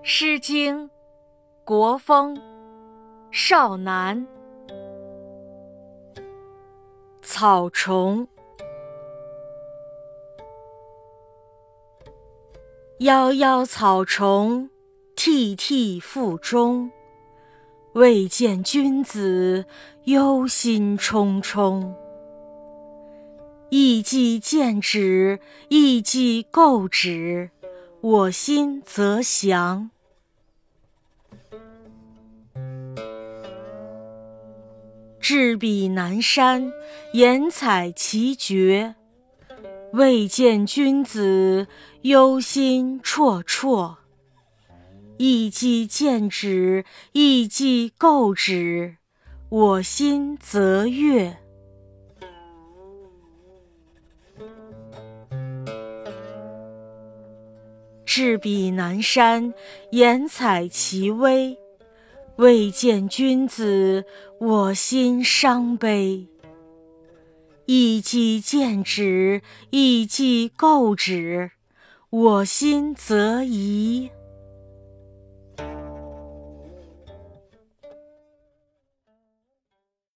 诗经·国风·少南。草虫。夭夭草虫，涕涕腹中。未见君子，忧心忡忡。意既见止，意既构止，我心则详。至彼南山，言采其蕨。未见君子，忧心忡忡。意既见止，意既构止，我心则悦。至彼南山，言采其微。未见君子，我心伤悲。意既见止，意既构止，我心则怡。